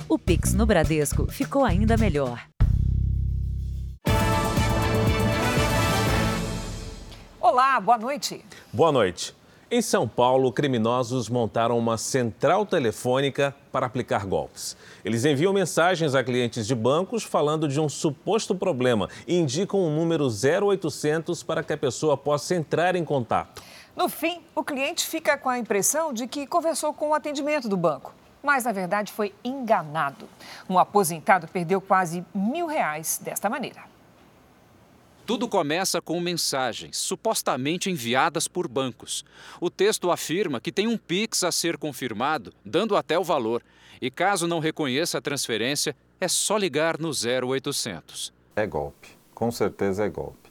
O Pix no Bradesco ficou ainda melhor. Olá, boa noite. Boa noite. Em São Paulo, criminosos montaram uma central telefônica para aplicar golpes. Eles enviam mensagens a clientes de bancos falando de um suposto problema e indicam o número 0800 para que a pessoa possa entrar em contato. No fim, o cliente fica com a impressão de que conversou com o atendimento do banco, mas na verdade foi enganado. Um aposentado perdeu quase R$1.000 desta maneira. Tudo começa com mensagens, supostamente enviadas por bancos. O texto afirma que tem um Pix a ser confirmado, dando até o valor. E caso não reconheça a transferência, é só ligar no 0800. É golpe, com certeza é golpe.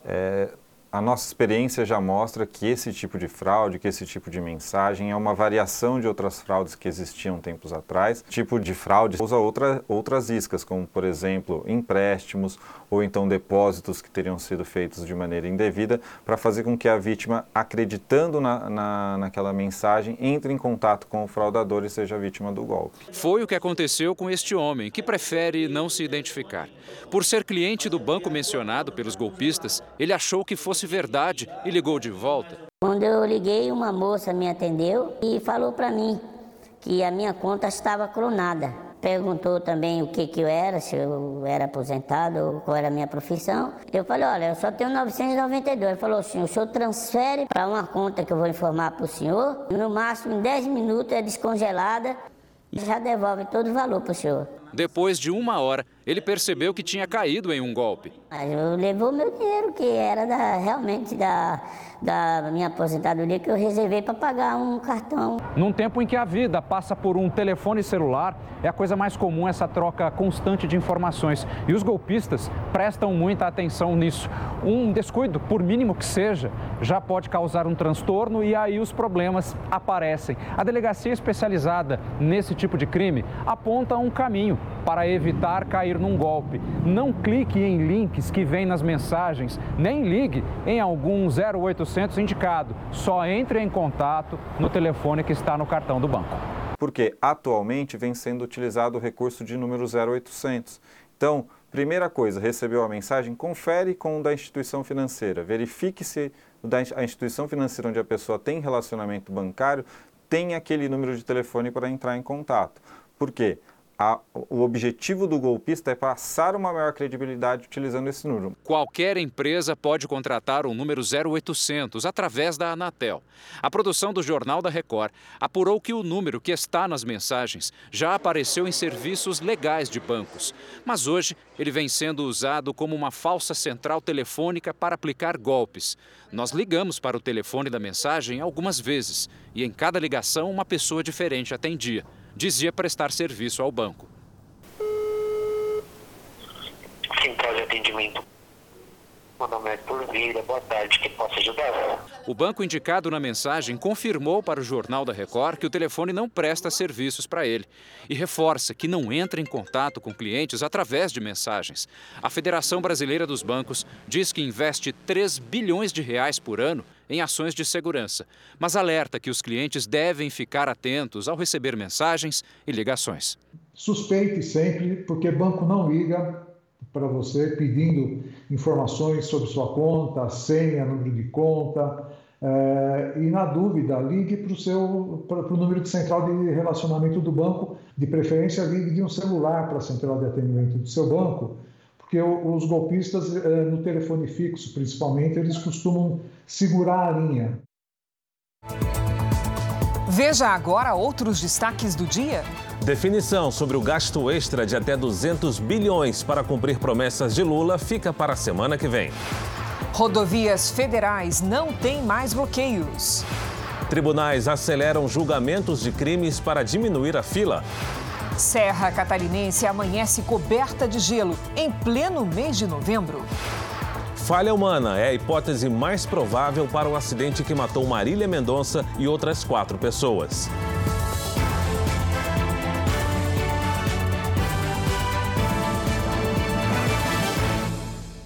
A nossa experiência já mostra que esse tipo de fraude, que esse tipo de mensagem é uma variação de outras fraudes que existiam tempos atrás. O tipo de fraude usa outras iscas, como, por exemplo, empréstimos ou então depósitos que teriam sido feitos de maneira indevida para fazer com que a vítima, acreditando naquela mensagem, entre em contato com o fraudador e seja vítima do golpe. Foi o que aconteceu com este homem, que prefere não se identificar. Por ser cliente do banco mencionado pelos golpistas, ele achou que fosse verdade e ligou de volta. Quando eu liguei, uma moça me atendeu e falou para mim que a minha conta estava clonada. Perguntou também o que eu era, se eu era aposentado, qual era a minha profissão. Eu falei, olha, eu só tenho 992. Ele falou assim, o senhor transfere para uma conta que eu vou informar para o senhor. No máximo, em 10 minutos é descongelada e já devolve todo o valor para o senhor. Depois de 1 hora, ele percebeu que tinha caído em um golpe. Eu levou meu dinheiro, que era realmente da minha aposentadoria, que eu reservei para pagar um cartão. Num tempo em que a vida passa por um telefone celular, é a coisa mais comum essa troca constante de informações. E os golpistas prestam muita atenção nisso. Um descuido, por mínimo que seja, já pode causar um transtorno e aí os problemas aparecem. A delegacia especializada nesse tipo de crime aponta um caminho para evitar cair num golpe. Não clique em links que vêm nas mensagens, nem ligue em algum 0800 indicado. Só entre em contato no telefone que está no cartão do banco. Porque atualmente vem sendo utilizado o recurso de número 0800. Então, primeira coisa, recebeu a mensagem, confere com o da instituição financeira. Verifique se a instituição financeira onde a pessoa tem relacionamento bancário tem aquele número de telefone para entrar em contato. Por quê? O objetivo do golpista é passar uma maior credibilidade utilizando esse número. Qualquer empresa pode contratar o número 0800 através da Anatel. A produção do Jornal da Record apurou que o número que está nas mensagens já apareceu em serviços legais de bancos. Mas hoje ele vem sendo usado como uma falsa central telefônica para aplicar golpes. Nós ligamos para o telefone da mensagem algumas vezes e em cada ligação uma pessoa diferente atendia. Dizia prestar serviço ao banco. Central de atendimento. Meu nome é Arthur Vieira, boa tarde, que posso ajudar? O banco indicado na mensagem confirmou para o Jornal da Record que o telefone não presta serviços para ele e reforça que não entra em contato com clientes através de mensagens. A Federação Brasileira dos Bancos diz que investe 3 bilhões de reais por ano em ações de segurança, mas alerta que os clientes devem ficar atentos ao receber mensagens e ligações. Suspeite sempre, porque banco não liga para você pedindo informações sobre sua conta, senha, número de conta, e na dúvida ligue para o número de central de relacionamento do banco, de preferência ligue de um celular para a central de atendimento do seu banco, porque os golpistas no telefone fixo, principalmente, eles costumam segurar a linha. Veja agora outros destaques do dia. Definição sobre o gasto extra de até 200 bilhões para cumprir promessas de Lula fica para a semana que vem. Rodovias federais não têm mais bloqueios. Tribunais aceleram julgamentos de crimes para diminuir a fila. Serra Catarinense amanhece coberta de gelo em pleno mês de novembro. Falha humana é a hipótese mais provável para o acidente que matou Marília Mendonça e outras 4 pessoas.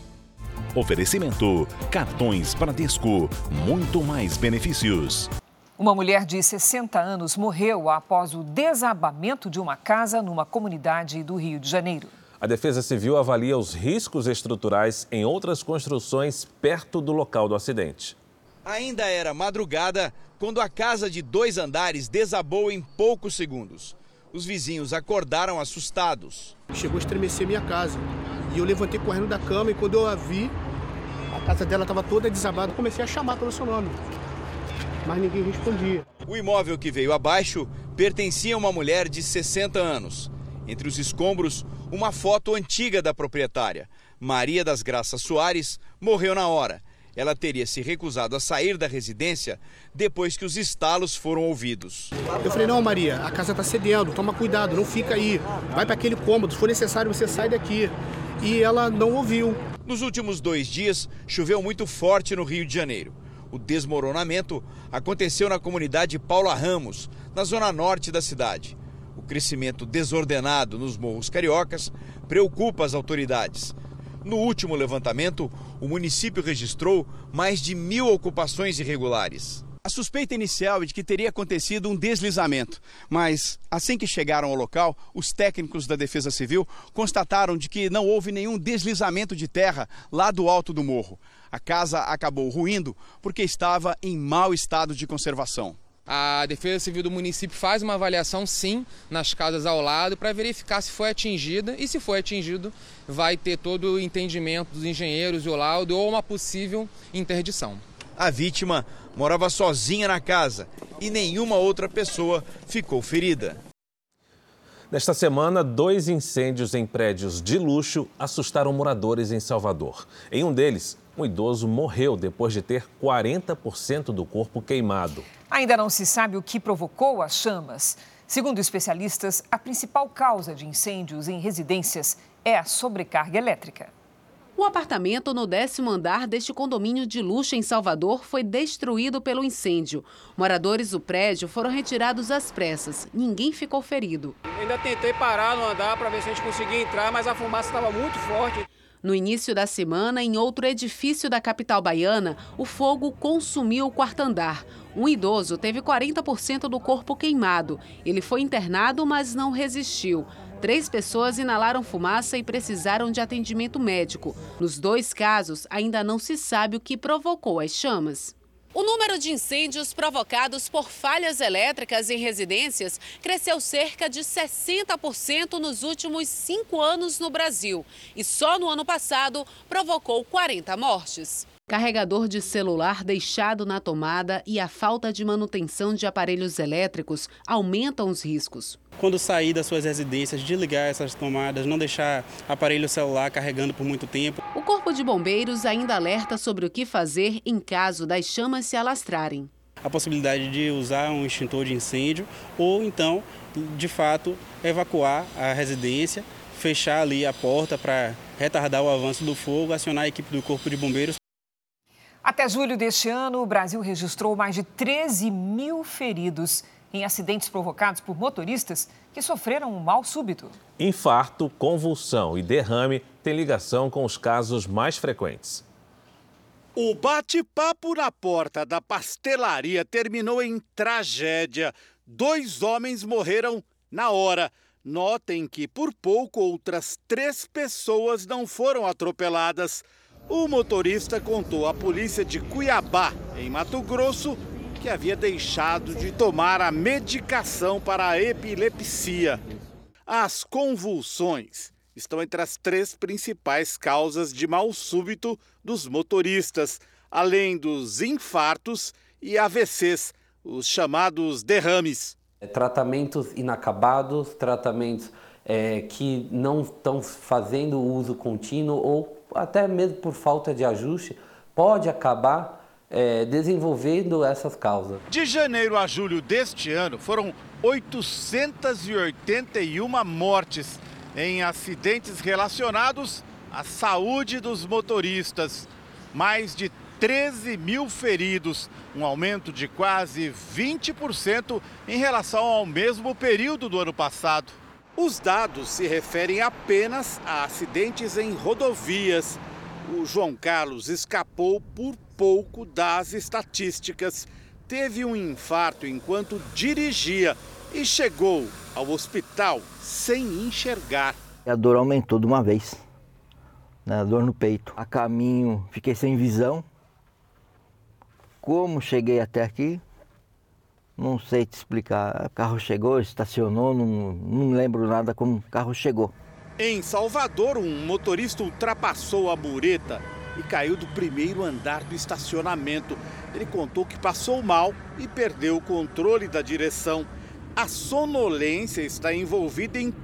Oferecimento: cartões Bradesco, muito mais benefícios. Uma mulher de 60 anos morreu após o desabamento de uma casa numa comunidade do Rio de Janeiro. A Defesa Civil avalia os riscos estruturais em outras construções perto do local do acidente. Ainda era madrugada quando a casa de 2 andares desabou em poucos segundos. Os vizinhos acordaram assustados. Chegou a estremecer minha casa e eu levantei correndo da cama e quando eu a vi, a casa dela estava toda desabada. Comecei a chamar pelo seu nome, mas ninguém respondia. O imóvel que veio abaixo pertencia a uma mulher de 60 anos. Entre os escombros, uma foto antiga da proprietária. Maria das Graças Soares morreu na hora. Ela teria se recusado a sair da residência depois que os estalos foram ouvidos. Eu falei, não, Maria, a casa está cedendo, toma cuidado, não fica aí. Vai para aquele cômodo, se for necessário você sai daqui. E ela não ouviu. Nos últimos 2 dias, choveu muito forte no Rio de Janeiro. O desmoronamento aconteceu na comunidade Paula Ramos, na zona norte da cidade. O crescimento desordenado nos morros cariocas preocupa as autoridades. No último levantamento, o município registrou mais de 1.000 ocupações irregulares. A suspeita inicial é de que teria acontecido um deslizamento, mas assim que chegaram ao local, os técnicos da Defesa Civil constataram de que não houve nenhum deslizamento de terra lá do alto do morro. A casa acabou ruindo porque estava em mau estado de conservação. A Defesa Civil do município faz uma avaliação, sim, nas casas ao lado para verificar se foi atingida e, se foi atingido, vai ter todo o entendimento dos engenheiros e o laudo ou uma possível interdição. A vítima morava sozinha na casa e nenhuma outra pessoa ficou ferida. Nesta semana, 2 incêndios em prédios de luxo assustaram moradores em Salvador. Em um deles, um idoso morreu depois de ter 40% do corpo queimado. Ainda não se sabe o que provocou as chamas. Segundo especialistas, a principal causa de incêndios em residências é a sobrecarga elétrica. O apartamento no 10º andar deste condomínio de luxo em Salvador foi destruído pelo incêndio. Moradores do prédio foram retirados às pressas. Ninguém ficou ferido. Ainda tentei parar no andar para ver se a gente conseguia entrar, mas a fumaça estava muito forte. No início da semana, em outro edifício da capital baiana, o fogo consumiu o 4º andar. Um idoso teve 40% do corpo queimado. Ele foi internado, mas não resistiu. 3 pessoas inalaram fumaça e precisaram de atendimento médico. Nos 2 casos, ainda não se sabe o que provocou as chamas. O número de incêndios provocados por falhas elétricas em residências cresceu cerca de 60% nos últimos 5 anos no Brasil. E só no ano passado provocou 40 mortes. Carregador de celular deixado na tomada e a falta de manutenção de aparelhos elétricos aumentam os riscos. Quando sair das suas residências, desligar essas tomadas, não deixar aparelho celular carregando por muito tempo. O Corpo de Bombeiros ainda alerta sobre o que fazer em caso das chamas se alastrarem. A possibilidade de usar um extintor de incêndio ou então, de fato, evacuar a residência, fechar ali a porta para retardar o avanço do fogo, acionar a equipe do Corpo de Bombeiros. Até julho deste ano, o Brasil registrou mais de 13.000 feridos em acidentes provocados por motoristas que sofreram um mal súbito. Infarto, convulsão e derrame têm ligação com os casos mais frequentes. O bate-papo na porta da pastelaria terminou em tragédia. 2 homens morreram na hora. Notem que, por pouco, outras 3 pessoas não foram atropeladas. O motorista contou à polícia de Cuiabá, em Mato Grosso, que havia deixado de tomar a medicação para a epilepsia. As convulsões estão entre as 3 principais causas de mal súbito dos motoristas, além dos infartos e AVCs, os chamados derrames. Tratamentos inacabados, tratamentos que não estão fazendo uso contínuo ou até mesmo por falta de ajuste, pode acabar desenvolvendo essas causas. De janeiro a julho deste ano, foram 881 mortes em acidentes relacionados à saúde dos motoristas. Mais de 13.000 feridos, um aumento de quase 20% em relação ao mesmo período do ano passado. Os dados se referem apenas a acidentes em rodovias. O João Carlos escapou por pouco das estatísticas. teve um infarto enquanto dirigia e chegou ao hospital sem enxergar. A dor aumentou de uma vez, né? A dor no peito. A caminho, fiquei sem visão. Como cheguei até aqui, não sei te explicar. O carro chegou, estacionou, não lembro nada como o carro chegou. Em Salvador, um motorista ultrapassou a mureta e caiu do primeiro andar do estacionamento. Ele contou que passou mal e perdeu o controle da direção. A sonolência está envolvida em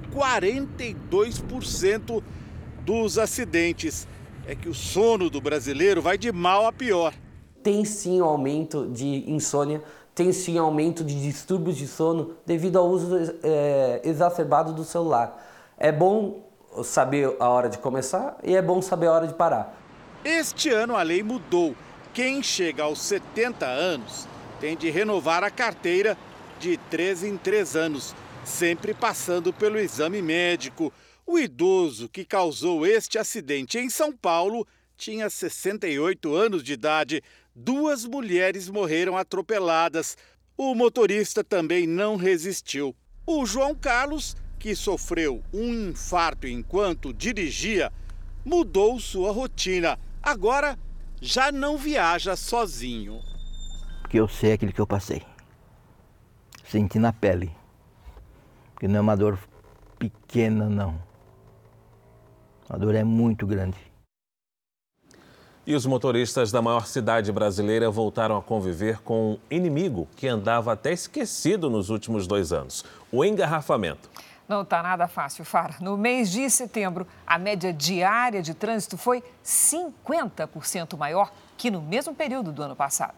42% dos acidentes. É que o sono do brasileiro vai de mal a pior. Tem sim aumento de insônia, tem sim aumento de distúrbios de sono devido ao uso exacerbado do celular. É bom saber a hora de começar e é bom saber a hora de parar. Este ano a lei mudou. Quem chega aos 70 anos tem de renovar a carteira de 3 em 3 anos, sempre passando pelo exame médico. O idoso que causou este acidente em São Paulo tinha 68 anos de idade. 2 mulheres morreram atropeladas. O motorista também não resistiu. O João Carlos, que sofreu um infarto enquanto dirigia, mudou sua rotina. Agora já não viaja sozinho. Porque eu sei aquilo que eu passei. Senti na pele. Porque não é uma dor pequena, não. A dor é muito grande. E os motoristas da maior cidade brasileira voltaram a conviver com um inimigo que andava até esquecido nos últimos 2 anos: o engarrafamento. Não está nada fácil, Fara. No mês de setembro, a média diária de trânsito foi 50% maior que no mesmo período do ano passado.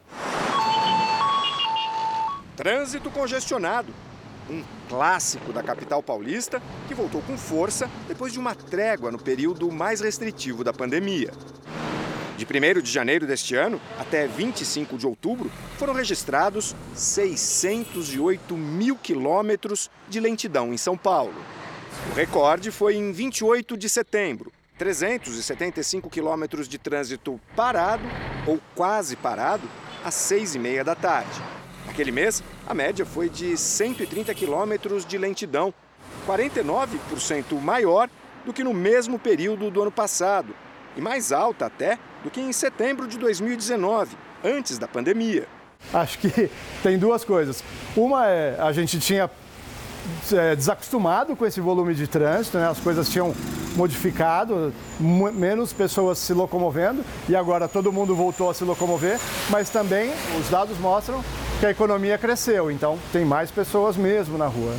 Trânsito congestionado. Um clássico da capital paulista que voltou com força depois de uma trégua no período mais restritivo da pandemia. De 1º de janeiro deste ano até 25 de outubro, foram registrados 608 mil quilômetros de lentidão em São Paulo. O recorde foi em 28 de setembro, 375 quilômetros de trânsito parado ou quase parado às 6h30 da tarde. Naquele mês, a média foi de 130 quilômetros de lentidão, 49% maior do que no mesmo período do ano passado, e mais alta até do que em setembro de 2019, antes da pandemia. Acho que tem 2 coisas. Uma é, a gente tinha desacostumado com esse volume de trânsito, né? As coisas tinham modificado, menos pessoas se locomovendo e agora todo mundo voltou a se locomover, mas também os dados mostram que a economia cresceu, então tem mais pessoas mesmo na rua.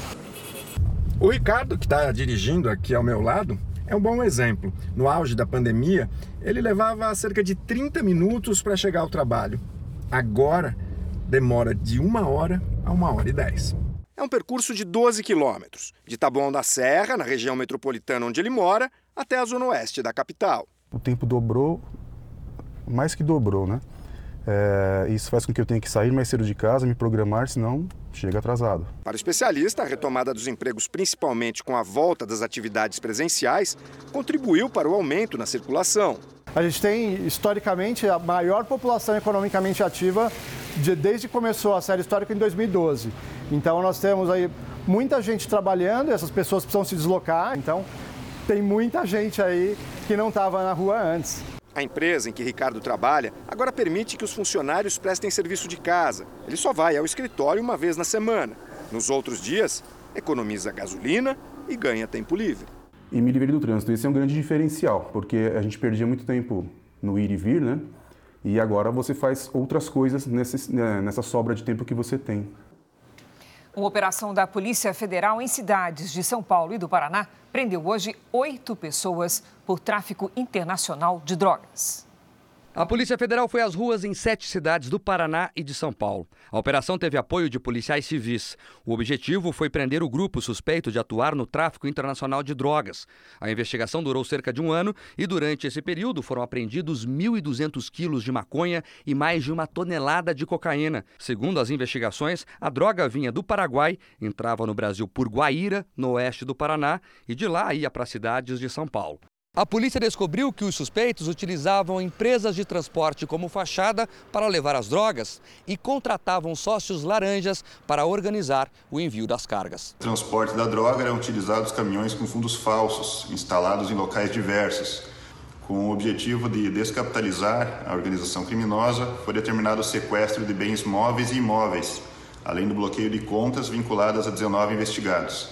O Ricardo, que está dirigindo aqui ao meu lado, é um bom exemplo. No auge da pandemia, ele levava cerca de 30 minutos para chegar ao trabalho. Agora, demora de 1 hora a 1h10. É um percurso de 12 quilômetros, de Taboão da Serra, na região metropolitana onde ele mora, até a zona oeste da capital. O tempo dobrou, mais que dobrou, né? Isso faz com que eu tenha que sair mais cedo de casa, me programar, senão chega atrasado. Para o especialista, a retomada dos empregos, principalmente com a volta das atividades presenciais, contribuiu para o aumento na circulação. A gente tem, historicamente, a maior população economicamente ativa desde que começou a série histórica em 2012. Então, nós temos aí muita gente trabalhando, essas pessoas precisam se deslocar, então tem muita gente aí que não estava na rua antes. A empresa em que Ricardo trabalha agora permite que os funcionários prestem serviço de casa. Ele só vai ao escritório uma vez na semana. Nos outros dias, economiza gasolina e ganha tempo livre. E me livrei do trânsito. Esse é um grande diferencial, porque a gente perdia muito tempo no ir e vir, né? E agora você faz outras coisas nessa sobra de tempo que você tem. Uma operação da Polícia Federal em cidades de São Paulo e do Paraná prendeu hoje 8 pessoas por tráfico internacional de drogas. A Polícia Federal foi às ruas em 7 cidades do Paraná e de São Paulo. A operação teve apoio de policiais civis. O objetivo foi prender o grupo suspeito de atuar no tráfico internacional de drogas. A investigação durou cerca de 1 ano e durante esse período foram apreendidos 1.200 quilos de maconha e mais de 1 tonelada de cocaína. Segundo as investigações, a droga vinha do Paraguai, entrava no Brasil por Guaíra, no oeste do Paraná, e de lá ia para cidades de São Paulo. A polícia descobriu que os suspeitos utilizavam empresas de transporte como fachada para levar as drogas e contratavam sócios laranjas para organizar o envio das cargas. O transporte da droga eram utilizados caminhões com fundos falsos, instalados em locais diversos. Com o objetivo de descapitalizar a organização criminosa, foi determinado o sequestro de bens móveis e imóveis, além do bloqueio de contas vinculadas a 19 investigados.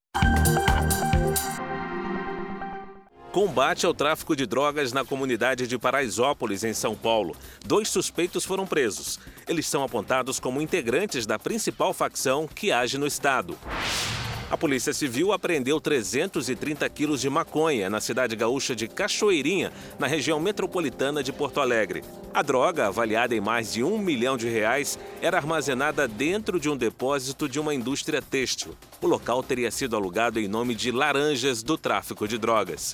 Combate ao tráfico de drogas na comunidade de Paraisópolis, em São Paulo. 2 suspeitos foram presos. Eles são apontados como integrantes da principal facção que age no estado. A Polícia Civil apreendeu 330 quilos de maconha na cidade gaúcha de Cachoeirinha, na região metropolitana de Porto Alegre. A droga, avaliada em mais de R$1 milhão, era armazenada dentro de um depósito de uma indústria têxtil. O local teria sido alugado em nome de laranjas do tráfico de drogas.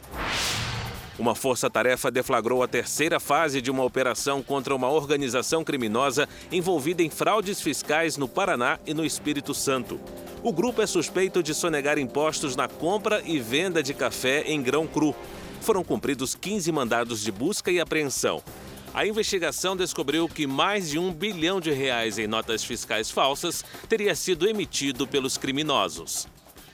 Uma força-tarefa deflagrou a 3ª fase de uma operação contra uma organização criminosa envolvida em fraudes fiscais no Paraná e no Espírito Santo. O grupo é suspeito de sonegar impostos na compra e venda de café em grão cru. Foram cumpridos 15 mandados de busca e apreensão. A investigação descobriu que mais de R$1 bilhão em notas fiscais falsas teria sido emitido pelos criminosos.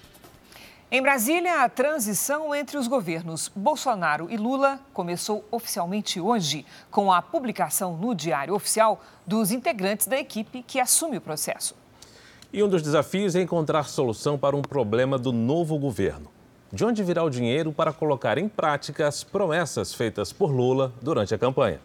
Em Brasília, a transição entre os governos Bolsonaro e Lula começou oficialmente hoje, com a publicação no Diário Oficial dos integrantes da equipe que assume o processo. E um dos desafios é encontrar solução para um problema do novo governo. De onde virá o dinheiro para colocar em prática as promessas feitas por Lula durante a campanha?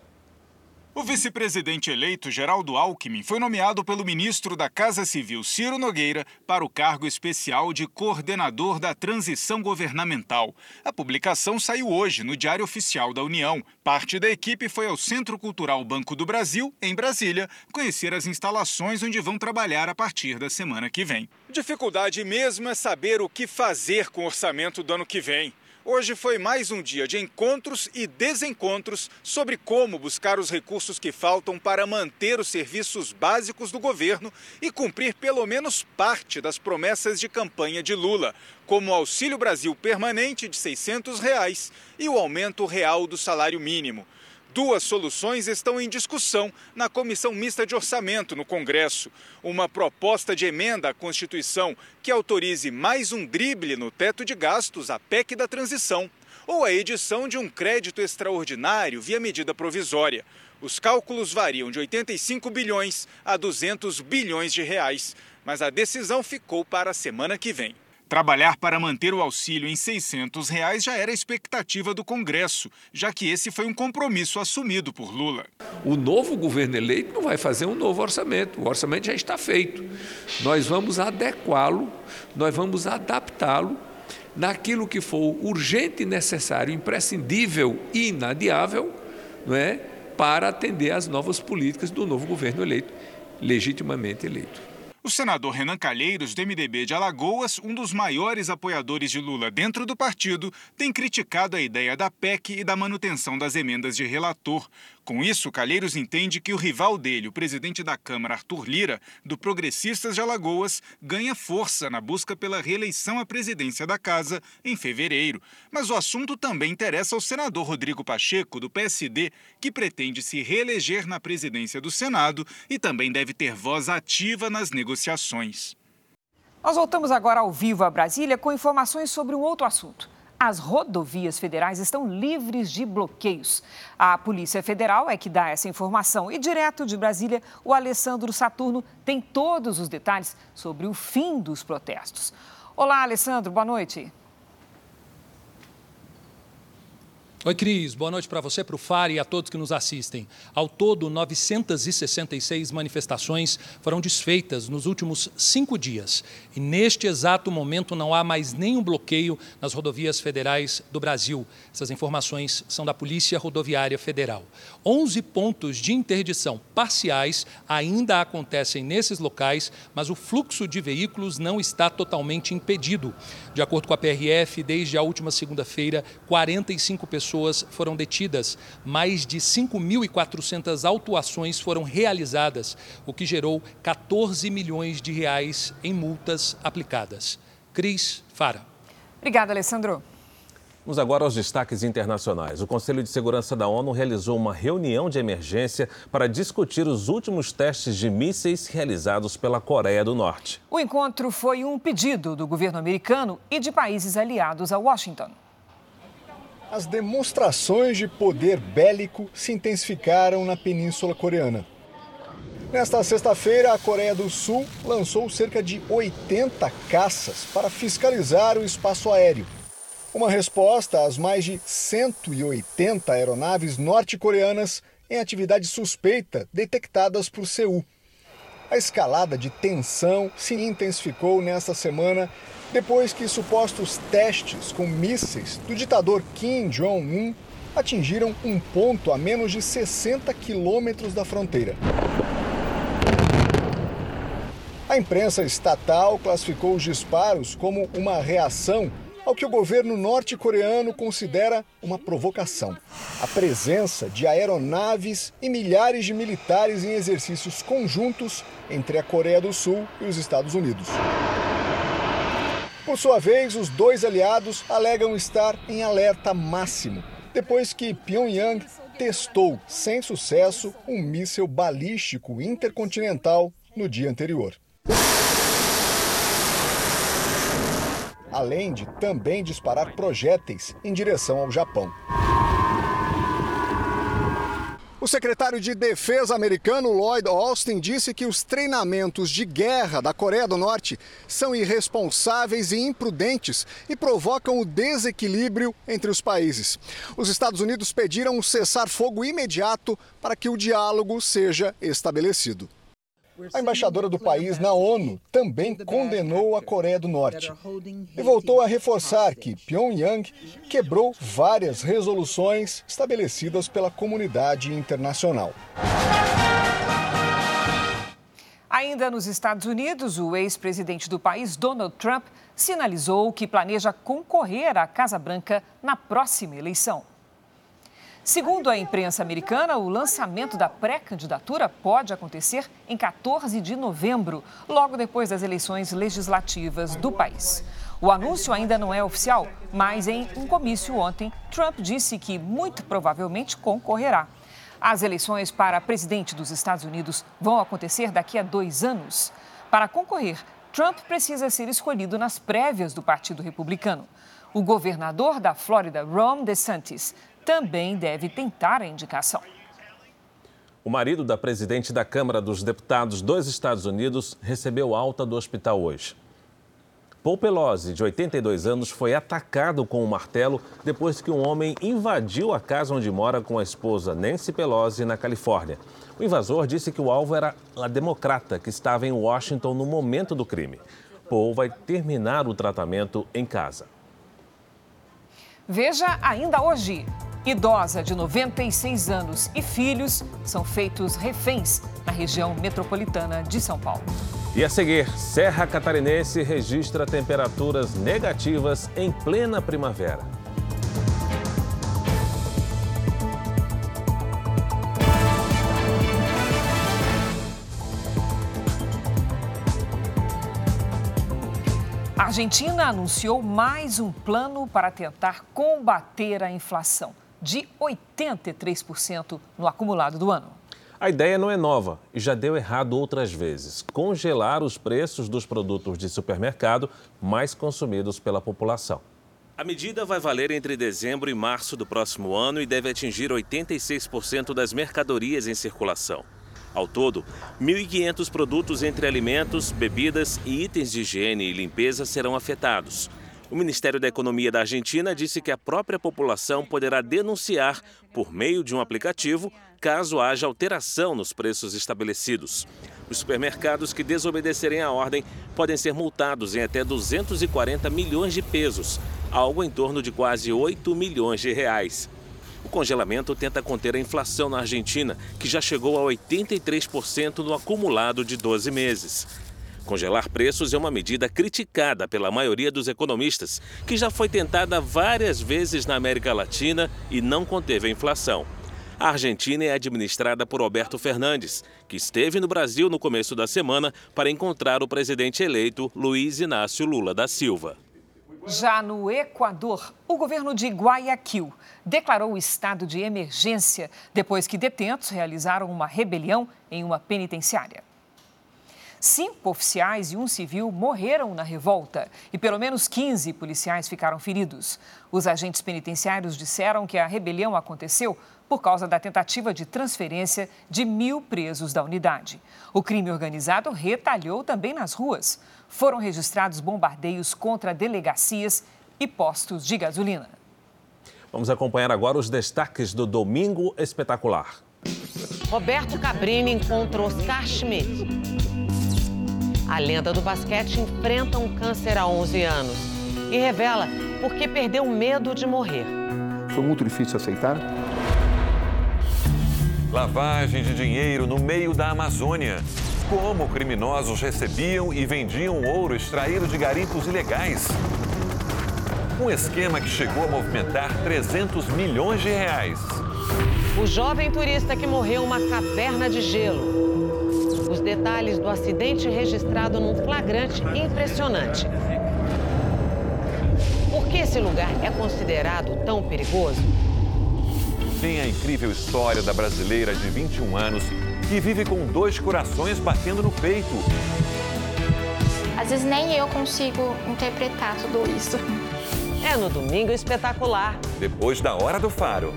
O vice-presidente eleito, Geraldo Alckmin, foi nomeado pelo ministro da Casa Civil, Ciro Nogueira, para o cargo especial de coordenador da transição governamental. A publicação saiu hoje no Diário Oficial da União. Parte da equipe foi ao Centro Cultural Banco do Brasil, em Brasília, conhecer as instalações onde vão trabalhar a partir da semana que vem. Dificuldade mesmo é saber o que fazer com o orçamento do ano que vem. Hoje foi mais um dia de encontros e desencontros sobre como buscar os recursos que faltam para manter os serviços básicos do governo e cumprir pelo menos parte das promessas de campanha de Lula, como o Auxílio Brasil permanente de R$ 600 e o aumento real do salário mínimo. 2 soluções estão em discussão na Comissão Mista de Orçamento no Congresso. Uma proposta de emenda à Constituição que autorize mais um drible no teto de gastos, a PEC da transição, ou a edição de um crédito extraordinário via medida provisória. Os cálculos variam de 85 bilhões a 200 bilhões de reais, mas a decisão ficou para a semana que vem. Trabalhar para manter o auxílio em R$ 600 já era a expectativa do Congresso, já que esse foi um compromisso assumido por Lula. O novo governo eleito não vai fazer um novo orçamento, o orçamento já está feito. Nós vamos adequá-lo, nós vamos adaptá-lo naquilo que for urgente, necessário, imprescindível e inadiável, não é, para atender às novas políticas do novo governo eleito, legitimamente eleito. O senador Renan Calheiros, do MDB de Alagoas, um dos maiores apoiadores de Lula dentro do partido, tem criticado a ideia da PEC e da manutenção das emendas de relator. Com isso, Calheiros entende que o rival dele, o presidente da Câmara, Arthur Lira, do Progressistas de Alagoas, ganha força na busca pela reeleição à presidência da casa em fevereiro. Mas o assunto também interessa ao senador Rodrigo Pacheco, do PSD, que pretende se reeleger na presidência do Senado e também deve ter voz ativa nas negociações. Nós voltamos agora ao vivo a Brasília com informações sobre um outro assunto. As rodovias federais estão livres de bloqueios. A Polícia Federal é que dá essa informação. E direto de Brasília, o Alessandro Saturno tem todos os detalhes sobre o fim dos protestos. Olá, Alessandro, boa noite. Oi, Cris. Boa noite para você, para o FAR e a todos que nos assistem. Ao todo, 966 manifestações foram desfeitas nos últimos 5 dias. E neste exato momento não há mais nenhum bloqueio nas rodovias federais do Brasil. Essas informações são da Polícia Rodoviária Federal. 11 pontos de interdição parciais ainda acontecem nesses locais, mas o fluxo de veículos não está totalmente impedido. De acordo com a PRF, desde a última segunda-feira, 45 pessoas foram detidas, mais de 5.400 autuações foram realizadas, o que gerou 14 milhões de reais em multas aplicadas. Cris, Fara. Obrigada, Alessandro. Vamos agora aos destaques internacionais. O Conselho de Segurança da ONU realizou uma reunião de emergência para discutir os últimos testes de mísseis realizados pela Coreia do Norte. O encontro foi um pedido do governo americano e de países aliados a Washington. As demonstrações de poder bélico se intensificaram na Península Coreana. Nesta sexta-feira, a Coreia do Sul lançou cerca de 80 caças para fiscalizar o espaço aéreo. Uma resposta às mais de 180 aeronaves norte-coreanas em atividade suspeita detectadas por Seul. A escalada de tensão se intensificou nesta semana depois que supostos testes com mísseis do ditador Kim Jong-un atingiram um ponto a menos de 60 quilômetros da fronteira. A imprensa estatal classificou os disparos como uma reação ao que o governo norte-coreano considera uma provocação. A presença de aeronaves e milhares de militares em exercícios conjuntos entre a Coreia do Sul e os Estados Unidos. Por sua vez, os dois aliados alegam estar em alerta máximo, depois que Pyongyang testou, sem sucesso, um míssil balístico intercontinental no dia anterior. Além de também disparar projéteis em direção ao Japão. O secretário de Defesa americano Lloyd Austin disse que os treinamentos de guerra da Coreia do Norte são irresponsáveis e imprudentes e provocam o desequilíbrio entre os países. Os Estados Unidos pediram um cessar-fogo imediato para que o diálogo seja estabelecido. A embaixadora do país na ONU também condenou a Coreia do Norte e voltou a reforçar que Pyongyang quebrou várias resoluções estabelecidas pela comunidade internacional. Ainda nos Estados Unidos, o ex-presidente do país, Donald Trump, sinalizou que planeja concorrer à Casa Branca na próxima eleição. Segundo a imprensa americana, o lançamento da pré-candidatura pode acontecer em 14 de novembro, logo depois das eleições legislativas do país. O anúncio ainda não é oficial, mas em um comício ontem, Trump disse que muito provavelmente concorrerá. As eleições para presidente dos Estados Unidos vão acontecer daqui a 2 anos. Para concorrer, Trump precisa ser escolhido nas prévias do Partido Republicano. O governador da Flórida, Ron DeSantis, também deve tentar a indicação. O marido da presidente da Câmara dos Deputados dos Estados Unidos recebeu alta do hospital hoje. Paul Pelosi, de 82 anos, foi atacado com um martelo depois que um homem invadiu a casa onde mora com a esposa Nancy Pelosi, na Califórnia. O invasor disse que o alvo era a democrata que estava em Washington no momento do crime. Paul vai terminar o tratamento em casa. Veja ainda hoje. Idosa de 96 anos e filhos são feitos reféns na região metropolitana de São Paulo. E a seguir, Serra Catarinense registra temperaturas negativas em plena primavera. A Argentina anunciou mais um plano para tentar combater a inflação, de 83% no acumulado do ano. A ideia não é nova e já deu errado outras vezes: congelar os preços dos produtos de supermercado mais consumidos pela população. A medida vai valer entre dezembro e março do próximo ano e deve atingir 86% das mercadorias em circulação. Ao todo, 1.500 produtos entre alimentos, bebidas e itens de higiene e limpeza serão afetados. O Ministério da Economia da Argentina disse que a própria população poderá denunciar, por meio de um aplicativo, caso haja alteração nos preços estabelecidos. Os supermercados que desobedecerem à ordem podem ser multados em até 240 milhões de pesos, algo em torno de quase 8 milhões de reais. O congelamento tenta conter a inflação na Argentina, que já chegou a 83% no acumulado de 12 meses. Congelar preços é uma medida criticada pela maioria dos economistas, que já foi tentada várias vezes na América Latina e não conteve a inflação. A Argentina é administrada por Alberto Fernandes, que esteve no Brasil no começo da semana para encontrar o presidente eleito Luiz Inácio Lula da Silva. Já no Equador, o governo de Guayaquil declarou o estado de emergência depois que detentos realizaram uma rebelião em uma penitenciária. 5 oficiais e um civil morreram na revolta e pelo menos 15 policiais ficaram feridos. Os agentes penitenciários disseram que a rebelião aconteceu por causa da tentativa de transferência de 1.000 presos da unidade. O crime organizado retalhou também nas ruas. Foram registrados bombardeios contra delegacias e postos de gasolina. Vamos acompanhar agora os destaques do Domingo Espetacular. Roberto Cabrini encontra Oscar Schmidt. A lenda do basquete enfrenta um câncer há 11 anos e revela por que perdeu o medo de morrer. Foi muito difícil aceitar. Lavagem de dinheiro no meio da Amazônia. Como criminosos recebiam e vendiam ouro extraído de garimpos ilegais. Um esquema que chegou a movimentar 300 milhões de reais. O jovem turista que morreu em uma caverna de gelo. Os detalhes do acidente registrado num flagrante impressionante. Por que esse lugar é considerado tão perigoso? Tem a incrível história da brasileira de 21 anos que vive com 2 corações batendo no peito. Às vezes nem eu consigo interpretar tudo isso. É no Domingo Espetacular. Depois da Hora do Faro.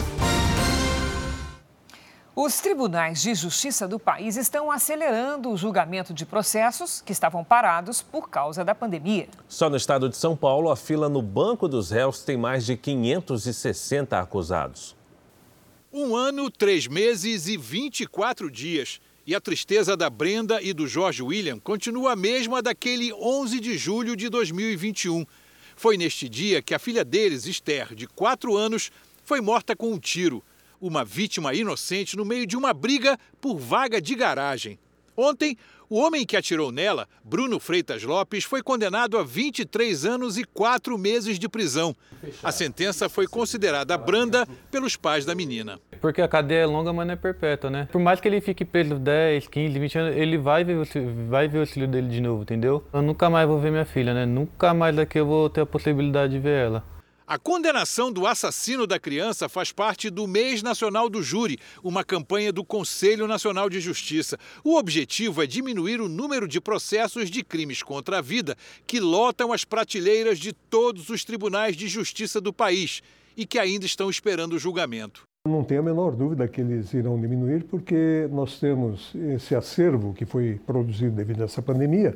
Os tribunais de justiça do país estão acelerando o julgamento de processos que estavam parados por causa da pandemia. Só no estado de São Paulo, a fila no banco dos réus tem mais de 560 acusados. 1 ano, 3 meses e 24 dias. E a tristeza da Brenda e do Jorge William continua a mesma daquele 11 de julho de 2021. Foi neste dia que a filha deles, Esther, de 4 anos, foi morta com um tiro. Uma vítima inocente no meio de uma briga por vaga de garagem. Ontem, o homem que atirou nela, Bruno Freitas Lopes, foi condenado a 23 anos e 4 meses de prisão. A sentença foi considerada branda pelos pais da menina. Porque a cadeia é longa, mas não é perpétua, né? Por mais que ele fique preso 10, 15, 20 anos, ele vai ver o filho dele de novo, entendeu? Eu nunca mais vou ver minha filha, né? Nunca mais daqui eu vou ter a possibilidade de ver ela. A condenação do assassino da criança faz parte do Mês Nacional do Júri, uma campanha do Conselho Nacional de Justiça. O objetivo é diminuir o número de processos de crimes contra a vida que lotam as prateleiras de todos os tribunais de justiça do país e que ainda estão esperando o julgamento. Não tenho a menor dúvida que eles irão diminuir, porque nós temos esse acervo que foi produzido devido a essa pandemia,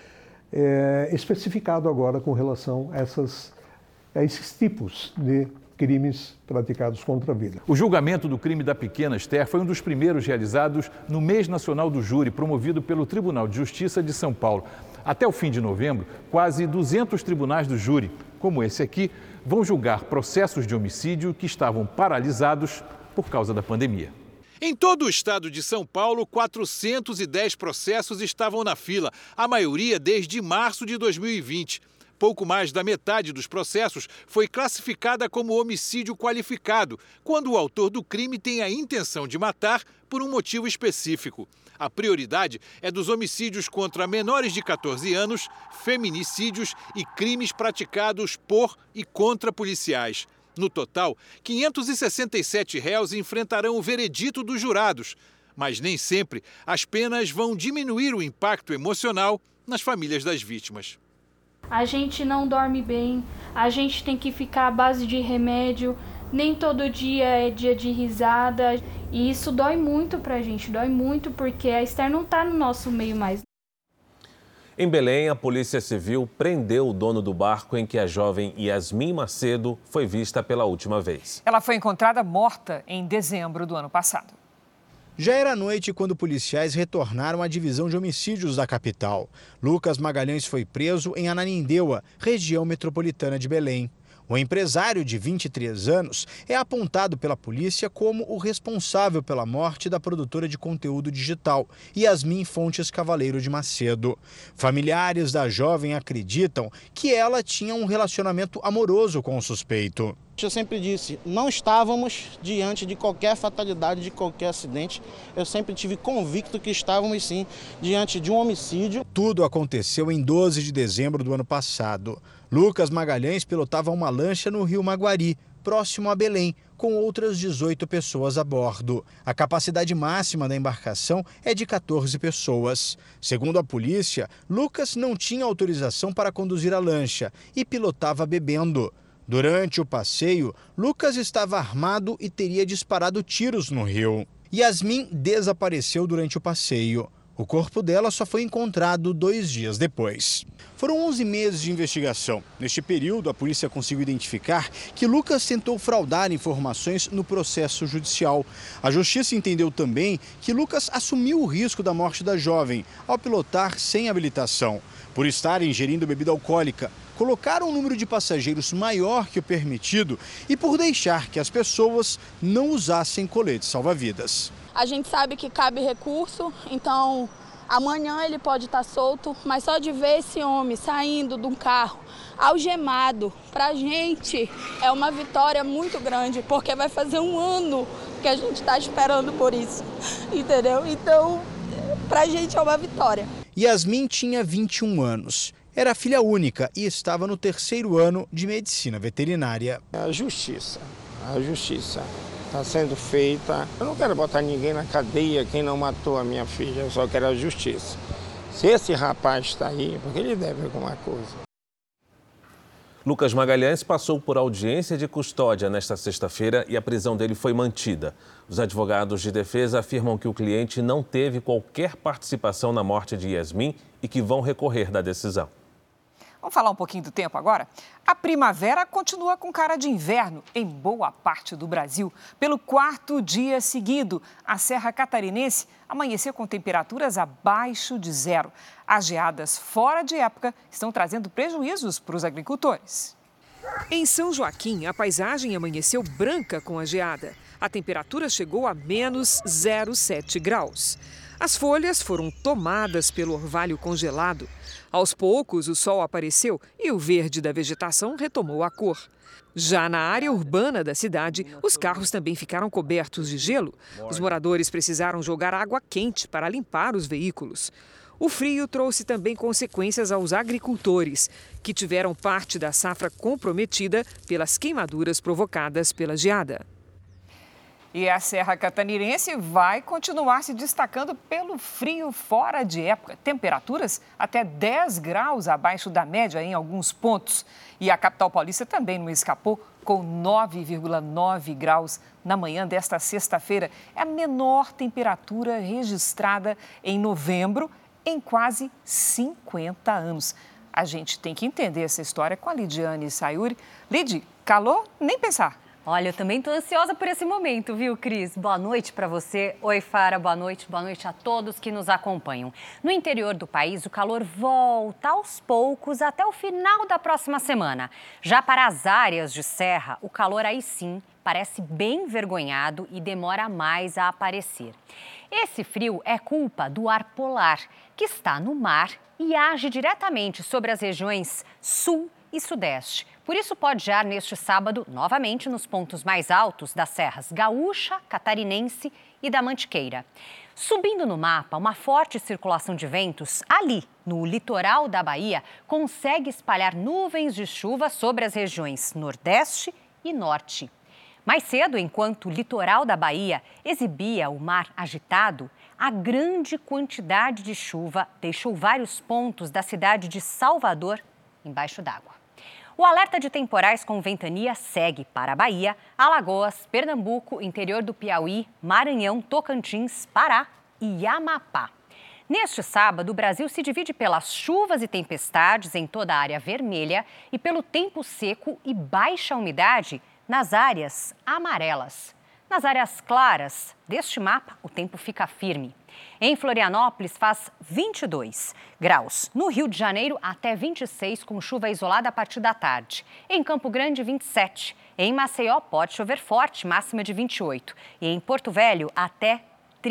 especificado agora com relação a esses tipos de crimes praticados contra a vida. O julgamento do crime da pequena Esther foi um dos primeiros realizados no Mês Nacional do Júri, promovido pelo Tribunal de Justiça de São Paulo. Até o fim de novembro, quase 200 tribunais do júri, como esse aqui, vão julgar processos de homicídio que estavam paralisados por causa da pandemia. Em todo o estado de São Paulo, 410 processos estavam na fila, a maioria desde março de 2020. Pouco mais da metade dos processos foi classificada como homicídio qualificado, quando o autor do crime tem a intenção de matar por um motivo específico. A prioridade é dos homicídios contra menores de 14 anos, feminicídios e crimes praticados por e contra policiais. No total, 567 réus enfrentarão o veredito dos jurados. Mas nem sempre as penas vão diminuir o impacto emocional nas famílias das vítimas. A gente não dorme bem, a gente tem que ficar à base de remédio, nem todo dia é dia de risada. E isso dói muito pra gente, dói muito porque a Esther não tá no nosso meio mais. Em Belém, a Polícia Civil prendeu o dono do barco em que a jovem Yasmin Macedo foi vista pela última vez. Ela foi encontrada morta em dezembro do ano passado. Já era noite quando policiais retornaram à divisão de homicídios da capital. Lucas Magalhães foi preso em Ananindeua, região metropolitana de Belém. O empresário de 23 anos é apontado pela polícia como o responsável pela morte da produtora de conteúdo digital, Yasmin Fontes Cavaleiro de Macedo. Familiares da jovem acreditam que ela tinha um relacionamento amoroso com o suspeito. eu sempre disse, não estávamos diante de qualquer fatalidade, de qualquer acidente. Eu sempre tive convicto que estávamos, sim, diante de um homicídio. Tudo aconteceu em 12 de dezembro do ano passado. Lucas Magalhães pilotava uma lancha no rio Maguari, próximo a Belém, com outras 18 pessoas a bordo. A capacidade máxima da embarcação é de 14 pessoas. Segundo a polícia, Lucas não tinha autorização para conduzir a lancha e pilotava bebendo. Durante o passeio, Lucas estava armado e teria disparado tiros no rio. Yasmin desapareceu durante o passeio. O corpo dela só foi encontrado 2 dias depois. Foram 11 meses de investigação. Neste período, a polícia conseguiu identificar que Lucas tentou fraudar informações no processo judicial. A justiça entendeu também que Lucas assumiu o risco da morte da jovem ao pilotar sem habilitação. Por estar ingerindo bebida alcoólica, colocar um número de passageiros maior que o permitido e por deixar que as pessoas não usassem coletes salva-vidas. A gente sabe que cabe recurso, então amanhã ele pode estar solto, mas só de ver esse homem saindo de um carro algemado, pra gente é uma vitória muito grande, porque vai fazer 1 ano que a gente está esperando por isso, entendeu? Então, pra gente é uma vitória. Yasmin tinha 21 anos. Era filha única e estava no 3º ano de medicina veterinária. A justiça está sendo feita. Eu não quero botar ninguém na cadeia, quem não matou a minha filha, eu só quero a justiça. Se esse rapaz está aí, porque ele deve alguma coisa. Lucas Magalhães passou por audiência de custódia nesta sexta-feira e a prisão dele foi mantida. Os advogados de defesa afirmam que o cliente não teve qualquer participação na morte de Yasmin e que vão recorrer da decisão. Vamos falar um pouquinho do tempo agora? A primavera continua com cara de inverno em boa parte do Brasil. Pelo 4º dia seguido, a Serra Catarinense amanheceu com temperaturas abaixo de zero. As geadas fora de época estão trazendo prejuízos para os agricultores. Em São Joaquim, a paisagem amanheceu branca com a geada. A temperatura chegou a menos 0,7 graus. As folhas foram tomadas pelo orvalho congelado. Aos poucos, o sol apareceu e o verde da vegetação retomou a cor. Já na área urbana da cidade, os carros também ficaram cobertos de gelo. Os moradores precisaram jogar água quente para limpar os veículos. O frio trouxe também consequências aos agricultores, que tiveram parte da safra comprometida pelas queimaduras provocadas pela geada. E a Serra Catarinense vai continuar se destacando pelo frio fora de época. Temperaturas até 10 graus abaixo da média em alguns pontos. E a capital paulista também não escapou, com 9,9 graus na manhã desta sexta-feira. É a menor temperatura registrada em novembro em quase 50 anos. A gente tem que entender essa história com a Lidiane Sayuri. Lidi, calor? Nem pensar. Olha, eu também estou ansiosa por esse momento, viu, Cris? Boa noite para você. Oi, Fara, boa noite a todos que nos acompanham. No interior do país, o calor volta aos poucos até o final da próxima semana. Já para as áreas de serra, o calor aí sim parece bem envergonhado e demora mais a aparecer. Esse frio é culpa do ar polar, que está no mar e age diretamente sobre as regiões sul e sudeste. Por isso pode gear neste sábado, novamente, nos pontos mais altos das serras Gaúcha, Catarinense e da Mantiqueira. Subindo no mapa, uma forte circulação de ventos ali, no litoral da Bahia, consegue espalhar nuvens de chuva sobre as regiões Nordeste e Norte. Mais cedo, enquanto o litoral da Bahia exibia o mar agitado, a grande quantidade de chuva deixou vários pontos da cidade de Salvador embaixo d'água. O alerta de temporais com ventania segue para a Bahia, Alagoas, Pernambuco, interior do Piauí, Maranhão, Tocantins, Pará e Amapá. Neste sábado, o Brasil se divide pelas chuvas e tempestades em toda a área vermelha e pelo tempo seco e baixa umidade nas áreas amarelas. Nas áreas claras deste mapa, o tempo fica firme. Em Florianópolis, faz 22 graus. No Rio de Janeiro, até 26, com chuva isolada a partir da tarde. Em Campo Grande, 27. Em Maceió, pode chover forte, máxima de 28. E em Porto Velho, até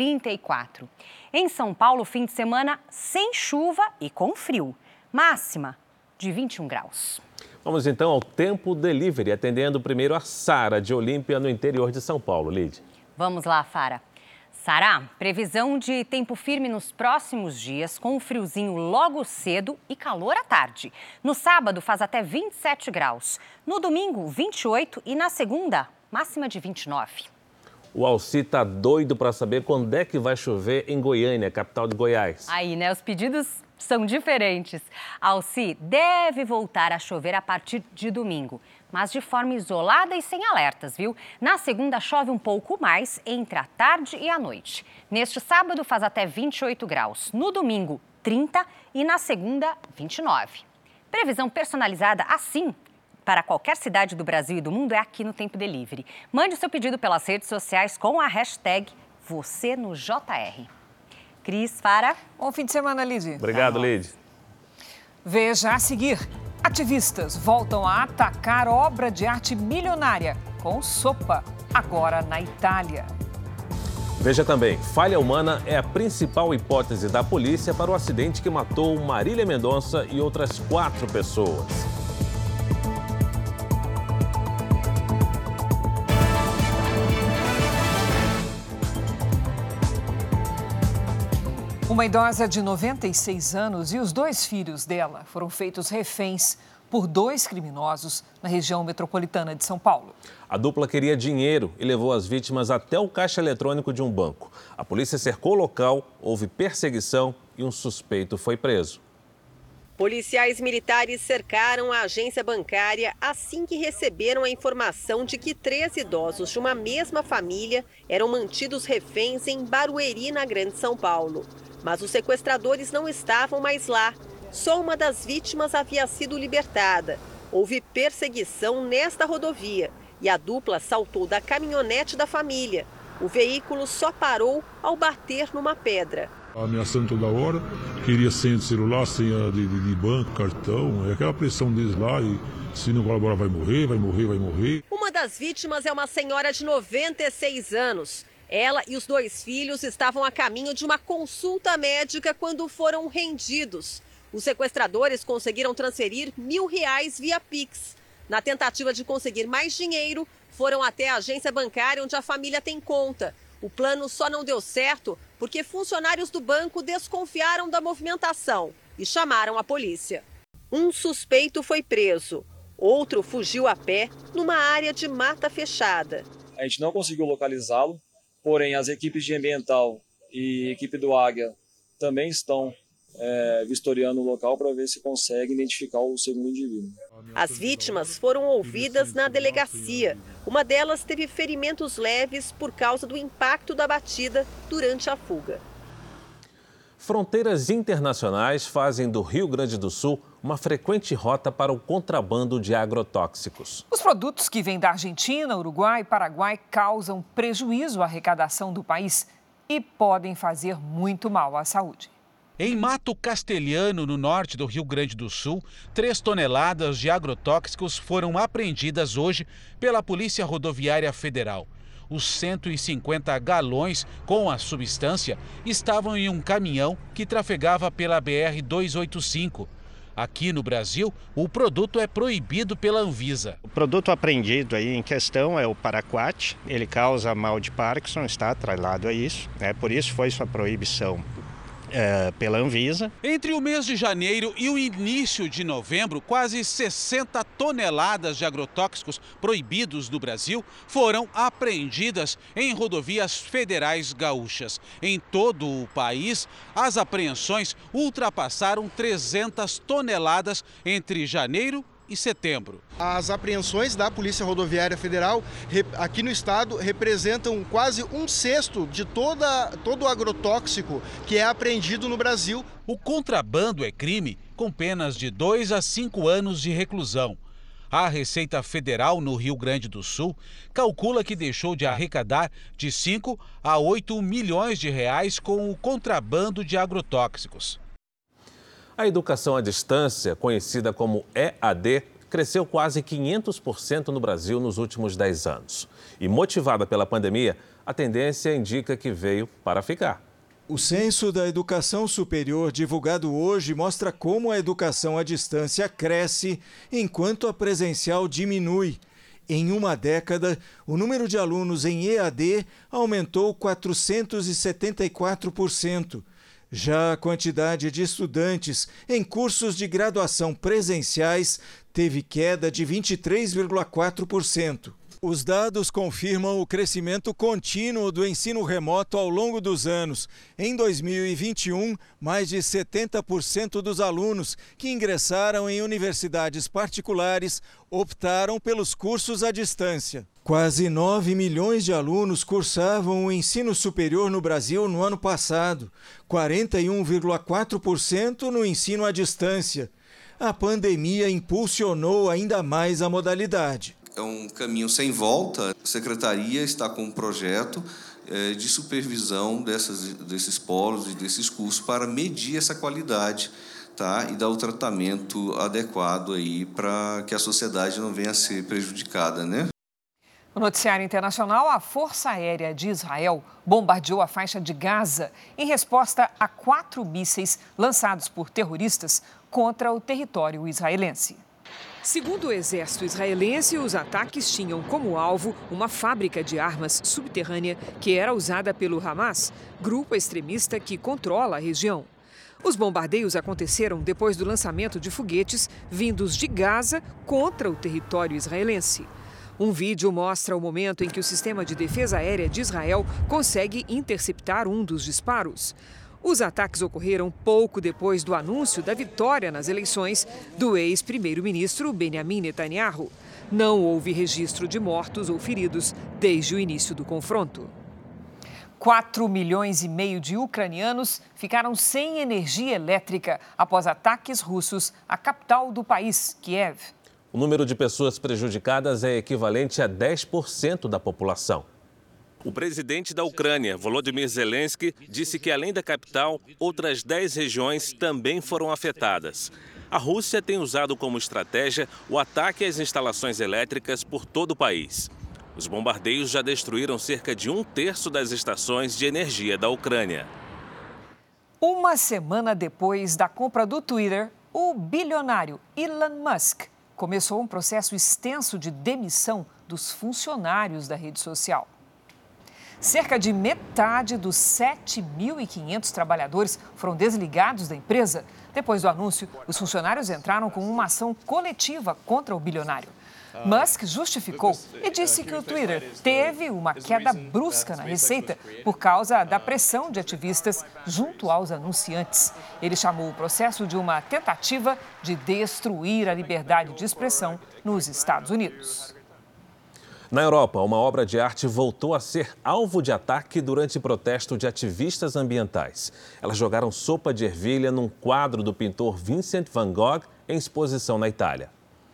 34. Em São Paulo, fim de semana sem chuva e com frio. Máxima de 21 graus. Vamos então ao Tempo Delivery, atendendo primeiro a Sara, de Olímpia, no interior de São Paulo. Lide. Vamos lá, Fara. Sara, previsão de tempo firme nos próximos dias, com um friozinho logo cedo e calor à tarde. No sábado faz até 27 graus, no domingo 28 e na segunda máxima de 29. O Alci está doido para saber quando é que vai chover em Goiânia, capital de Goiás. Aí, né? Os pedidos são diferentes. Alci, deve voltar a chover a partir de domingo, mas de forma isolada e sem alertas, viu? Na segunda chove um pouco mais entre a tarde e a noite. Neste sábado faz até 28 graus, no domingo 30 e na segunda 29. Previsão personalizada assim para qualquer cidade do Brasil e do mundo é aqui no Tempo Delivery. Mande o seu pedido pelas redes sociais com a hashtag #VocêNoJR. Cris, Fara. Bom fim de semana, Lide. Obrigado, Lide. Veja a seguir. Ativistas voltam a atacar obra de arte milionária com sopa, agora na Itália. Veja também, falha humana é a principal hipótese da polícia para o acidente que matou Marília Mendonça e outras 4 pessoas. Uma idosa de 96 anos e os 2 filhos dela foram feitos reféns por 2 criminosos na região metropolitana de São Paulo. A dupla queria dinheiro e levou as vítimas até o caixa eletrônico de um banco. A polícia cercou o local, houve perseguição e um suspeito foi preso. Policiais militares cercaram a agência bancária assim que receberam a informação de que 3 idosos de uma mesma família eram mantidos reféns em Barueri, na Grande São Paulo. Mas os sequestradores não estavam mais lá. Só uma das vítimas havia sido libertada. Houve perseguição nesta rodovia e a dupla saltou da caminhonete da família. O veículo só parou ao bater numa pedra. Ameaçando toda hora, queria senha de celular, senha de banco, cartão, é aquela pressão deles lá e se não colaborar vai morrer, vai morrer, vai morrer. Uma das vítimas é uma senhora de 96 anos. Ela e os 2 filhos estavam a caminho de uma consulta médica quando foram rendidos. Os sequestradores conseguiram transferir R$1.000 via Pix. Na tentativa de conseguir mais dinheiro, foram até a agência bancária onde a família tem conta. O plano só não deu certo porque funcionários do banco desconfiaram da movimentação e chamaram a polícia. Um suspeito foi preso. Outro fugiu a pé numa área de mata fechada. A gente não conseguiu localizá-lo. Porém, as equipes de ambiental e equipe do Águia também estão vistoriando o local para ver se consegue identificar o segundo indivíduo. As vítimas foram ouvidas na delegacia. Uma delas teve ferimentos leves por causa do impacto da batida durante a fuga. Fronteiras internacionais fazem do Rio Grande do Sul uma frequente rota para o contrabando de agrotóxicos. Os produtos que vêm da Argentina, Uruguai e Paraguai causam prejuízo à arrecadação do país e podem fazer muito mal à saúde. Em Mato Castelhano, no norte do Rio Grande do Sul, 3 toneladas de agrotóxicos foram apreendidas hoje pela Polícia Rodoviária Federal. Os 150 galões com a substância estavam em um caminhão que trafegava pela BR-285. Aqui no Brasil, o produto é proibido pela Anvisa. O produto apreendido aí em questão é o paraquat. Ele causa mal de Parkinson, está atrelado a isso. Por isso foi sua proibição pela Anvisa. Entre o mês de janeiro e o início de novembro, quase 60 toneladas de agrotóxicos proibidos no Brasil foram apreendidas em rodovias federais gaúchas. Em todo o país, as apreensões ultrapassaram 300 toneladas entre janeiro e setembro. As apreensões da Polícia Rodoviária Federal aqui no estado representam quase 1/6 de todo o agrotóxico que é apreendido no Brasil. O contrabando é crime com penas de 2 a 5 anos de reclusão. A Receita Federal no Rio Grande do Sul calcula que deixou de arrecadar de 5 a 8 milhões de reais com o contrabando de agrotóxicos. A educação à distância, conhecida como EAD, cresceu quase 500% no Brasil nos últimos 10 anos. E motivada pela pandemia, a tendência indica que veio para ficar. O Censo da Educação Superior, divulgado hoje, mostra como a educação à distância cresce enquanto a presencial diminui. Em uma década, o número de alunos em EAD aumentou 474%. Já a quantidade de estudantes em cursos de graduação presenciais teve queda de 23,4%. Os dados confirmam o crescimento contínuo do ensino remoto ao longo dos anos. Em 2021, mais de 70% dos alunos que ingressaram em universidades particulares optaram pelos cursos à distância. Quase 9 milhões de alunos cursavam o ensino superior no Brasil no ano passado, 41,4% no ensino à distância. A pandemia impulsionou ainda mais a modalidade. É um caminho sem volta. A Secretaria está com um projeto de supervisão desses polos e desses cursos para medir essa qualidade, tá? E dar o tratamento adequado aí para que a sociedade não venha a ser prejudicada, né? No noticiário internacional, a Força Aérea de Israel bombardeou a faixa de Gaza em resposta a 4 mísseis lançados por terroristas contra o território israelense. Segundo o exército israelense, os ataques tinham como alvo uma fábrica de armas subterrânea que era usada pelo Hamas, grupo extremista que controla a região. Os bombardeios aconteceram depois do lançamento de foguetes vindos de Gaza contra o território israelense. Um vídeo mostra o momento em que o sistema de defesa aérea de Israel consegue interceptar um dos disparos. Os ataques ocorreram pouco depois do anúncio da vitória nas eleições do ex-primeiro-ministro Benjamin Netanyahu. Não houve registro de mortos ou feridos desde o início do confronto. 4,5 milhões de ucranianos ficaram sem energia elétrica após ataques russos à capital do país, Kiev. O número de pessoas prejudicadas é equivalente a 10% da população. O presidente da Ucrânia, Volodymyr Zelensky, disse que, além da capital, outras 10 regiões também foram afetadas. A Rússia tem usado como estratégia o ataque às instalações elétricas por todo o país. Os bombardeios já destruíram cerca de 1/3 das estações de energia da Ucrânia. Uma semana depois da compra do Twitter, o bilionário Elon Musk começou um processo extenso de demissão dos funcionários da rede social. Cerca de metade dos 7.500 trabalhadores foram desligados da empresa. Depois do anúncio, os funcionários entraram com uma ação coletiva contra o bilionário. Musk justificou e disse que o Twitter teve uma queda brusca na receita por causa da pressão de ativistas junto aos anunciantes. Ele chamou o processo de uma tentativa de destruir a liberdade de expressão nos Estados Unidos. Na Europa, uma obra de arte voltou a ser alvo de ataque durante protesto de ativistas ambientais. Elas jogaram sopa de ervilha num quadro do pintor Vincent van Gogh em exposição na Itália.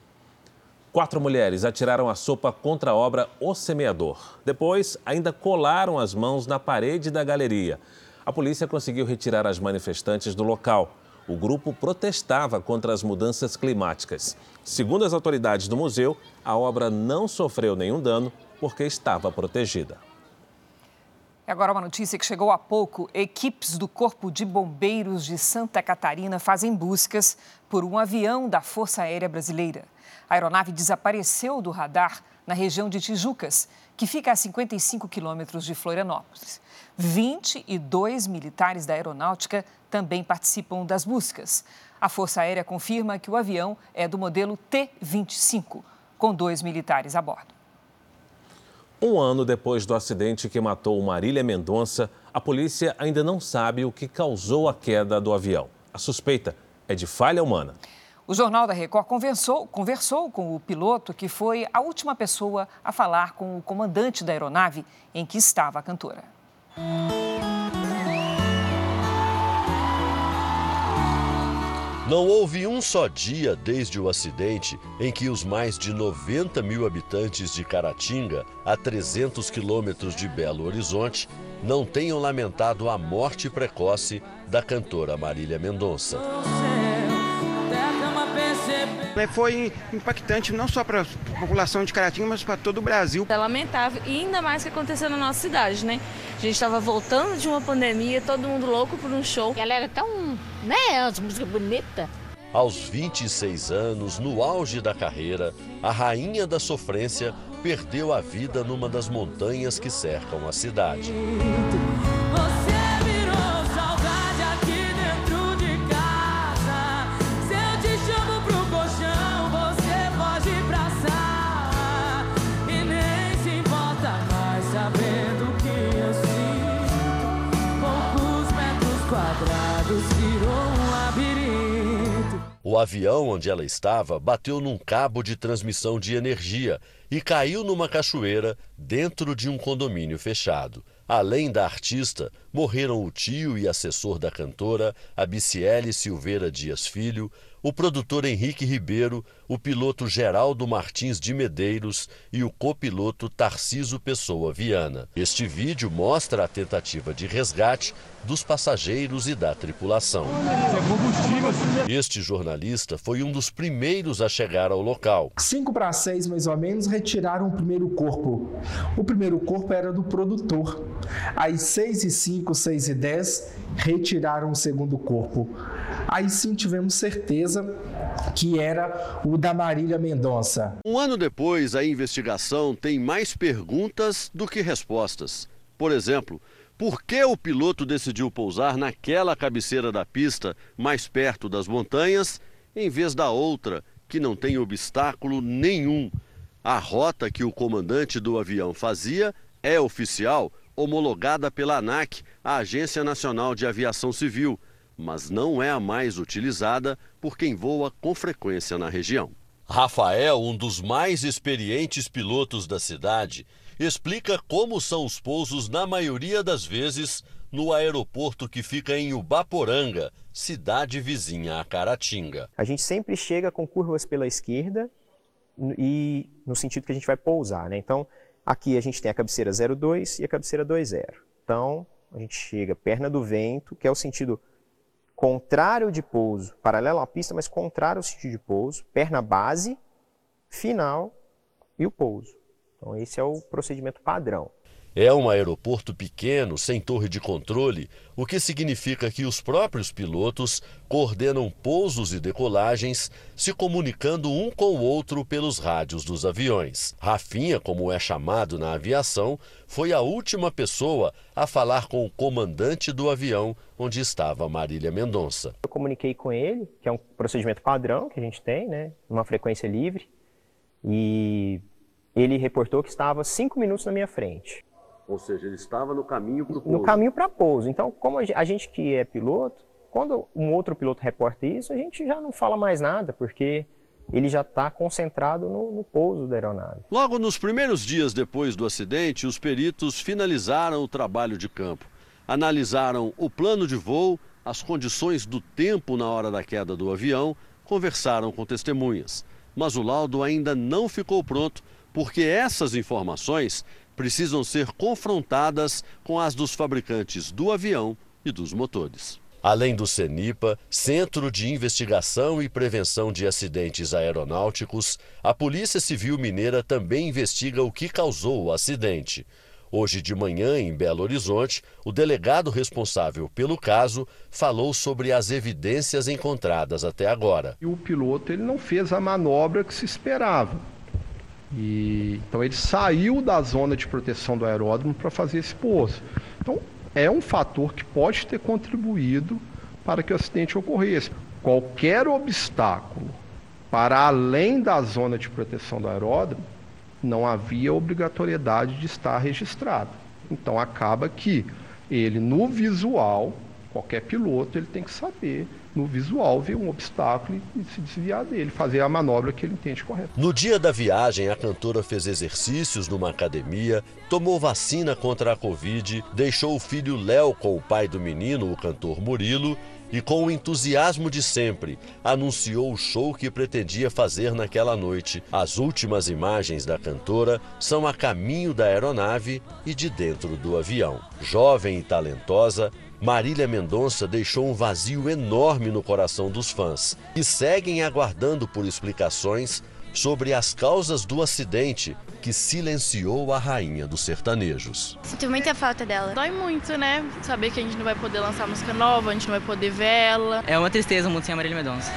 4 mulheres atiraram a sopa contra a obra O Semeador. Depois, ainda colaram as mãos na parede da galeria. A polícia conseguiu retirar as manifestantes do local. O grupo protestava contra as mudanças climáticas. Segundo as autoridades do museu, a obra não sofreu nenhum dano porque estava protegida. E agora uma notícia que chegou há pouco. Equipes do Corpo de Bombeiros de Santa Catarina fazem buscas por um avião da Força Aérea Brasileira. A aeronave desapareceu do radar na região de Tijucas, que fica a 55 quilômetros de Florianópolis. 22 militares da aeronáutica também participam das buscas. A Força Aérea confirma que o avião é do modelo T-25, com 2 militares a bordo. Um ano depois do acidente que matou Marília Mendonça, a polícia ainda não sabe o que causou a queda do avião. A suspeita é de falha humana. O Jornal da Record conversou com o piloto, que foi a última pessoa a falar com o comandante da aeronave em que estava a cantora. Não houve um só dia desde o acidente em que os mais de 90 mil habitantes de Caratinga, a 300 quilômetros de Belo Horizonte, não tenham lamentado a morte precoce da cantora Marília Mendonça. Foi impactante não só para a população de Caratinga, mas para todo o Brasil. É lamentável, e ainda mais que aconteceu na nossa cidade, né? A gente estava voltando de uma pandemia, todo mundo louco por um show. Ela era tão, né, as músicas bonitas. Aos 26 anos, no auge da carreira, a rainha da sofrência perdeu a vida numa das montanhas que cercam a cidade. O avião onde ela estava bateu num cabo de transmissão de energia e caiu numa cachoeira dentro de um condomínio fechado. Além da artista, morreram o tio e assessor da cantora, Abiciele Silveira Dias Filho, o produtor Henrique Ribeiro, o piloto Geraldo Martins de Medeiros e o copiloto Tarciso Pessoa Viana. Este vídeo mostra a tentativa de resgate dos passageiros e da tripulação. Este jornalista foi um dos primeiros a chegar ao local. 5 para 6, mais ou menos, retiraram o primeiro corpo. O primeiro corpo era do produtor. Às 6h05, 6h10, retiraram o segundo corpo. Aí sim tivemos certeza que era o da Marília Mendonça. Um ano depois, a investigação tem mais perguntas do que respostas. Por exemplo, por que o piloto decidiu pousar naquela cabeceira da pista, mais perto das montanhas, em vez da outra, que não tem obstáculo nenhum? A rota que o comandante do avião fazia é oficial, homologada pela ANAC, a Agência Nacional de Aviação Civil, mas não é a mais utilizada por quem voa com frequência na região. Rafael, um dos mais experientes pilotos da cidade, explica como são os pousos na maioria das vezes no aeroporto que fica em Ubaporanga, cidade vizinha a Caratinga. A gente sempre chega com curvas pela esquerda e no sentido que a gente vai pousar, né? Então, aqui a gente tem a cabeceira 02 e a cabeceira 20. Então, a gente chega perna do vento, que é o sentido contrário de pouso, paralelo à pista, mas contrário ao sentido de pouso, perna base, final e o pouso. Então esse é o procedimento padrão. É um aeroporto pequeno, sem torre de controle, o que significa que os próprios pilotos coordenam pousos e decolagens, se comunicando um com o outro pelos rádios dos aviões. Rafinha, como é chamado na aviação, foi a última pessoa a falar com o comandante do avião onde estava Marília Mendonça. Eu comuniquei com ele, que é um procedimento padrão que a gente tem, né, uma frequência livre, e ele reportou que estava 5 minutos na minha frente. Ou seja, ele estava no caminho para o pouso. No caminho para pouso. Então, como a gente que é piloto, quando um outro piloto reporta isso, a gente já não fala mais nada, porque ele já está concentrado no pouso da aeronave. Logo nos primeiros dias depois do acidente, os peritos finalizaram o trabalho de campo. Analisaram o plano de voo, as condições do tempo na hora da queda do avião, conversaram com testemunhas. Mas o laudo ainda não ficou pronto, porque essas informações precisam ser confrontadas com as dos fabricantes do avião e dos motores. Além do CENIPA, Centro de Investigação e Prevenção de Acidentes Aeronáuticos, a Polícia Civil Mineira também investiga o que causou o acidente. Hoje de manhã, em Belo Horizonte, o delegado responsável pelo caso falou sobre as evidências encontradas até agora. E o piloto ele não fez a manobra que se esperava. Então ele saiu da zona de proteção do aeródromo para fazer esse pouso. Então é um fator que pode ter contribuído para que o acidente ocorresse. Qualquer obstáculo para além da zona de proteção do aeródromo, não havia obrigatoriedade de estar registrado. Então acaba que ele no visual, qualquer piloto ele tem que saber no visual ver um obstáculo e se desviar dele, fazer a manobra que ele entende correta. No dia da viagem, a cantora fez exercícios numa academia, tomou vacina contra a Covid, deixou o filho Léo com o pai do menino, o cantor Murilo, e com o entusiasmo de sempre, anunciou o show que pretendia fazer naquela noite. As últimas imagens da cantora são a caminho da aeronave e de dentro do avião. Jovem e talentosa, Marília Mendonça deixou um vazio enorme no coração dos fãs e seguem aguardando por explicações sobre as causas do acidente que silenciou a rainha dos sertanejos. Sinto muita falta dela. Dói muito, né? Saber que a gente não vai poder lançar música nova, a gente não vai poder ver ela. É uma tristeza muito sem a Marília Mendonça.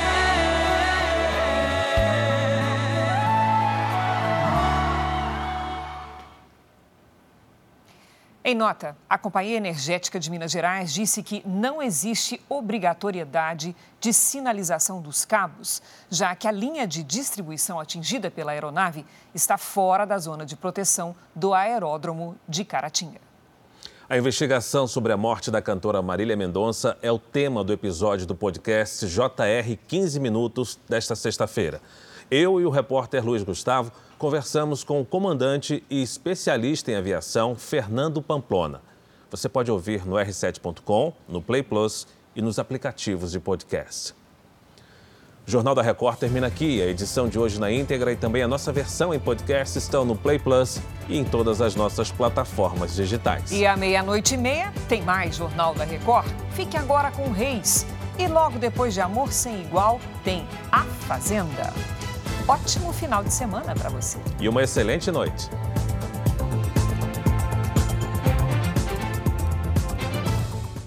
Em nota, a Companhia Energética de Minas Gerais disse que não existe obrigatoriedade de sinalização dos cabos, já que a linha de distribuição atingida pela aeronave está fora da zona de proteção do aeródromo de Caratinga. A investigação sobre a morte da cantora Marília Mendonça é o tema do episódio do podcast JR 15 Minutos desta sexta-feira. Eu e o repórter Luiz Gustavo conversamos com o comandante e especialista em aviação, Fernando Pamplona. Você pode ouvir no r7.com, no Play Plus e nos aplicativos de podcast. O Jornal da Record termina aqui. A edição de hoje na íntegra e também a nossa versão em podcast estão no Play Plus e em todas as nossas plataformas digitais. E à 00:30 tem mais Jornal da Record. Fique agora com o Reis. E logo depois de Amor Sem Igual, tem A Fazenda. Ótimo final de semana para você. E uma excelente noite.